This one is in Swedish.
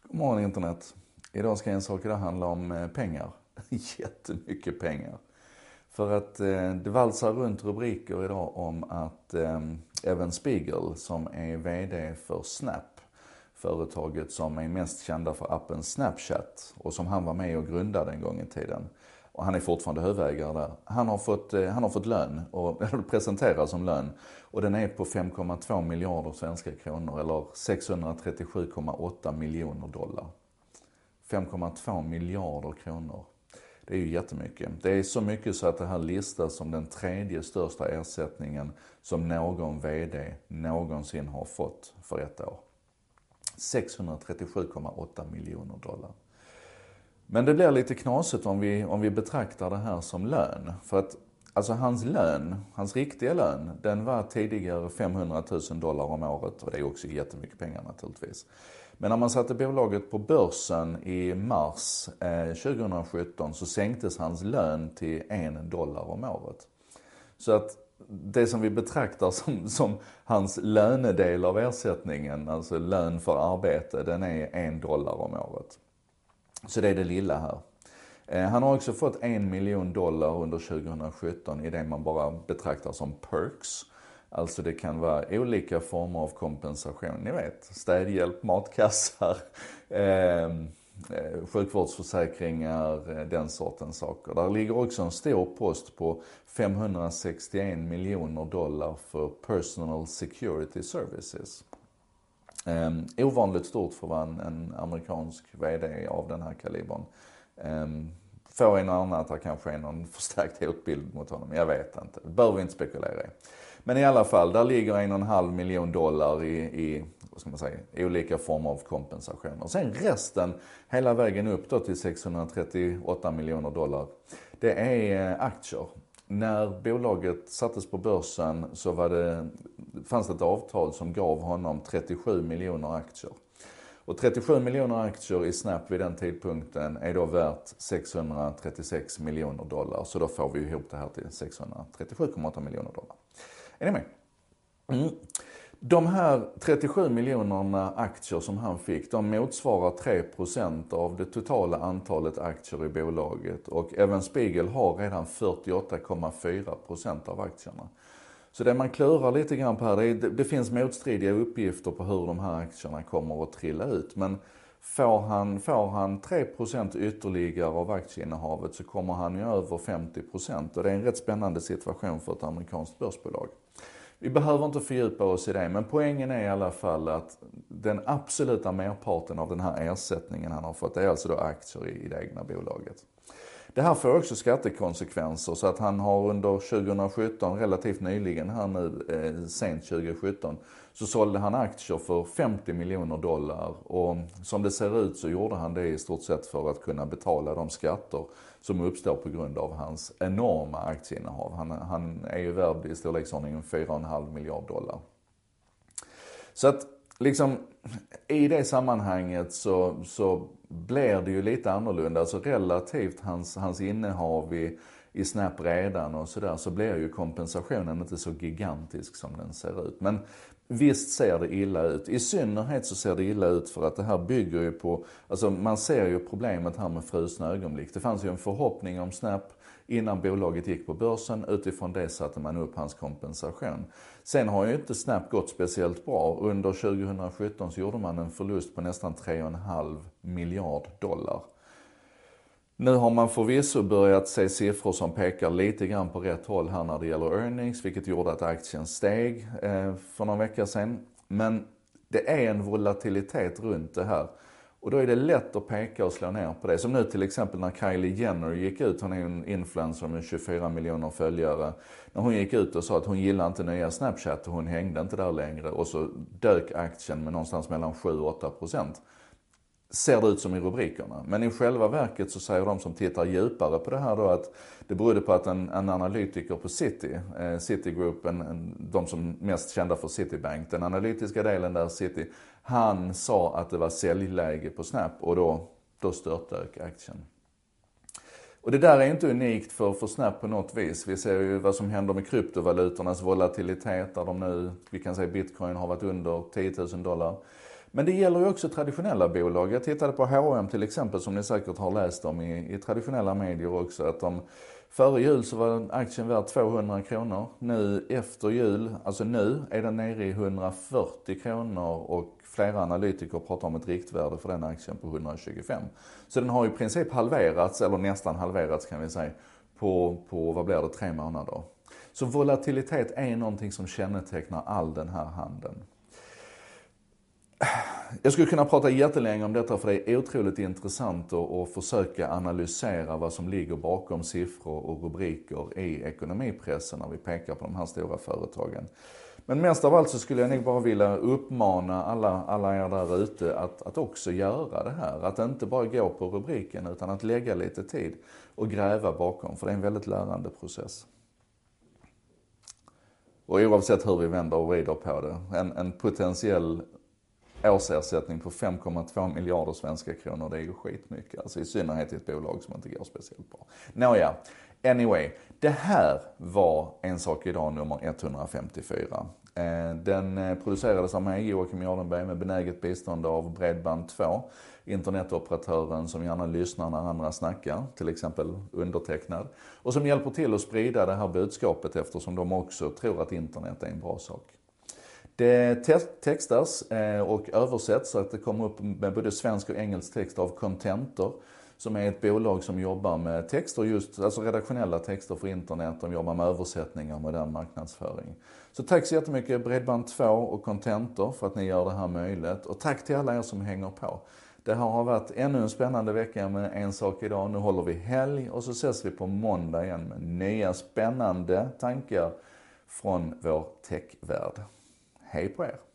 God morgon internet. Idag ska en sak idag handla om pengar. Jättemycket pengar. För att det valsar runt rubriker idag om att Evan Spiegel, som är vd för Snap, företaget som är mest kända för appen Snapchat och som han var med och grundade en gång i tiden. Och han är fortfarande huvudägare där. Han har fått lön, och presenteras som lön. Och den är på 5,2 miljarder svenska kronor eller 637,8 miljoner dollar. 5,2 miljarder kronor. Det är ju jättemycket. Det är så mycket så att det här listas som den tredje största ersättningen som någon vd någonsin har fått för ett år. 637,8 miljoner dollar. Men det blir lite knasigt om vi betraktar det här som lön. För att alltså hans riktiga lön, den var tidigare 500 000 dollar om året. Och det är också jättemycket pengar naturligtvis. Men när man satte bolaget på börsen i mars 2017 så sänktes hans lön till $1 om året. Så att det som vi betraktar som hans lönedel av ersättningen, alltså lön för arbete, den är $1 om året. Så det är det lilla här. Han har också fått $1 miljon under 2017 i det man bara betraktar som perks. Alltså det kan vara olika former av kompensation. Ni vet, städhjälp, matkassar, sjukvårdsförsäkringar, den sortens saker. Där ligger också en stor post på $561 miljoner för personal security services. Ovanligt stort för att vara en amerikansk vd av den här kalibern. Får en annan att det kanske är någon förstärkt hotbild mot honom. Jag vet inte. Det behöver vi inte spekulera i. Men i alla fall, där ligger $1,5 miljon i vad ska man säga, olika former av kompensation. Och sen resten, hela vägen upp då till $638 miljoner, det är aktier. När bolaget sattes på börsen så fanns det ett avtal som gav honom 37 miljoner aktier. Och 37 miljoner aktier i Snap vid den tidpunkten är då värt $636 miljoner. Så då får vi ihop det här till $637,8 miljoner. Är ni med? De här 37 miljonerna aktier som han fick, de motsvarar 3% av det totala antalet aktier i bolaget. Och Evan Spiegel har redan 48,4% av aktierna. Så det man klurar lite grann på här, det finns motstridiga uppgifter på hur de här aktierna kommer att trilla ut. Men får han 3% ytterligare av aktieinnehavet så kommer han ju över 50%. Och det är en rätt spännande situation för ett amerikanskt börsbolag. Vi behöver inte fördjupa oss i det, men poängen är i alla fall att den absoluta merparten av den här ersättningen han har fått är alltså då aktier i det egna bolaget. Det här får också skattekonsekvenser, så att han har under 2017, relativt nyligen här nu, sent 2017, så sålde han aktier för $50 miljoner. Och som det ser ut så gjorde han det i stort sett för att kunna betala de skatter som uppstår på grund av hans enorma aktieinnehav. Han är ju värd i storleksordningen $4,5 miljarder. Så att liksom i det sammanhanget så blir det ju lite annorlunda. Alltså relativt hans innehav i Snap redan och sådär, så blir ju kompensationen inte så gigantisk som den ser ut. Men visst ser det illa ut. I synnerhet så ser det illa ut för att det här bygger ju på, alltså man ser ju problemet här med frusna ögonblick. Det fanns ju en förhoppning om Snap innan bolaget gick på börsen. Utifrån det satte man upp hans kompensation. Sen har ju inte Snap gått speciellt bra. Under 2017 så gjorde man en förlust på nästan $3,5 miljarder. Nu har man förvisso börjat se siffror som pekar lite grann på rätt håll här när det gäller earnings, vilket gjorde att aktien steg för några veckor sedan. Men det är en volatilitet runt det här. Och då är det lätt att peka och slå ner på det. Som nu till exempel när Kylie Jenner gick ut, hon är en influencer med 24 miljoner följare. När hon gick ut och sa att hon gillar inte nya Snapchat och hon hängde inte där längre. Och så dök aktien med någonstans mellan 7-8%. Ser det ut som i rubrikerna. Men i själva verket så säger de som tittar djupare på det här då att det berodde på att en analytiker på Citigroup, de som mest kända för Citibank, den analytiska delen där Citi, han sa att det var säljläge på Snap och då störtdök aktien. Och det där är inte unikt för Snap på något vis. Vi ser ju vad som händer med kryptovalutornas volatilitet där vi kan säga bitcoin har varit under $10,000. Men det gäller ju också traditionella bolag. Jag tittade på H&M till exempel, som ni säkert har läst om i traditionella medier också, att före jul så var aktien värd 200 kronor. Nu efter jul, alltså nu är den nere i 140 kronor och flera analytiker pratar om ett riktvärde för den aktien på 125. Så den har i princip halverats, eller nästan halverats kan vi säga, på vad blir det, 3 månader. Så volatilitet är någonting som kännetecknar all den här handeln. Jag skulle kunna prata jättelänge om detta, för det är otroligt intressant att försöka analysera vad som ligger bakom siffror och rubriker i ekonomipressen när vi pekar på de här stora företagen. Men mest av allt så skulle jag nog bara vilja uppmana alla er där ute att också göra det här. Att inte bara gå på rubriken utan att lägga lite tid och gräva bakom, för det är en väldigt lärande process. Och oavsett hur vi vänder och vrider på det, en potentiell årsersättning på 5,2 miljarder svenska kronor, det är ju skitmycket. Alltså i synnerhet i ett bolag som inte går speciellt bra. Nåja, anyway. Det här var En sak idag nummer 154. Den producerades av mig, Joakim Jardenberg, med benäget bistånd av Bredband2, internetoperatören som gärna lyssnar när andra snackar, till exempel undertecknad, och som hjälper till att sprida det här budskapet eftersom de också tror att internet är en bra sak. Det textas och översätts så att det kommer upp med både svensk och engelsk text av Contentor, som är ett bolag som jobbar med texter, alltså redaktionella texter för internet. De jobbar med översättningar och modern marknadsföring. Så tack så jättemycket Bredband2 och Contentor för att ni gör det här möjligt. Och tack till alla er som hänger på. Det här har varit ännu en spännande vecka med En sak idag. Nu håller vi helg och så ses vi på måndag igen med nya spännande tankar från vår techvärld. Hej på er!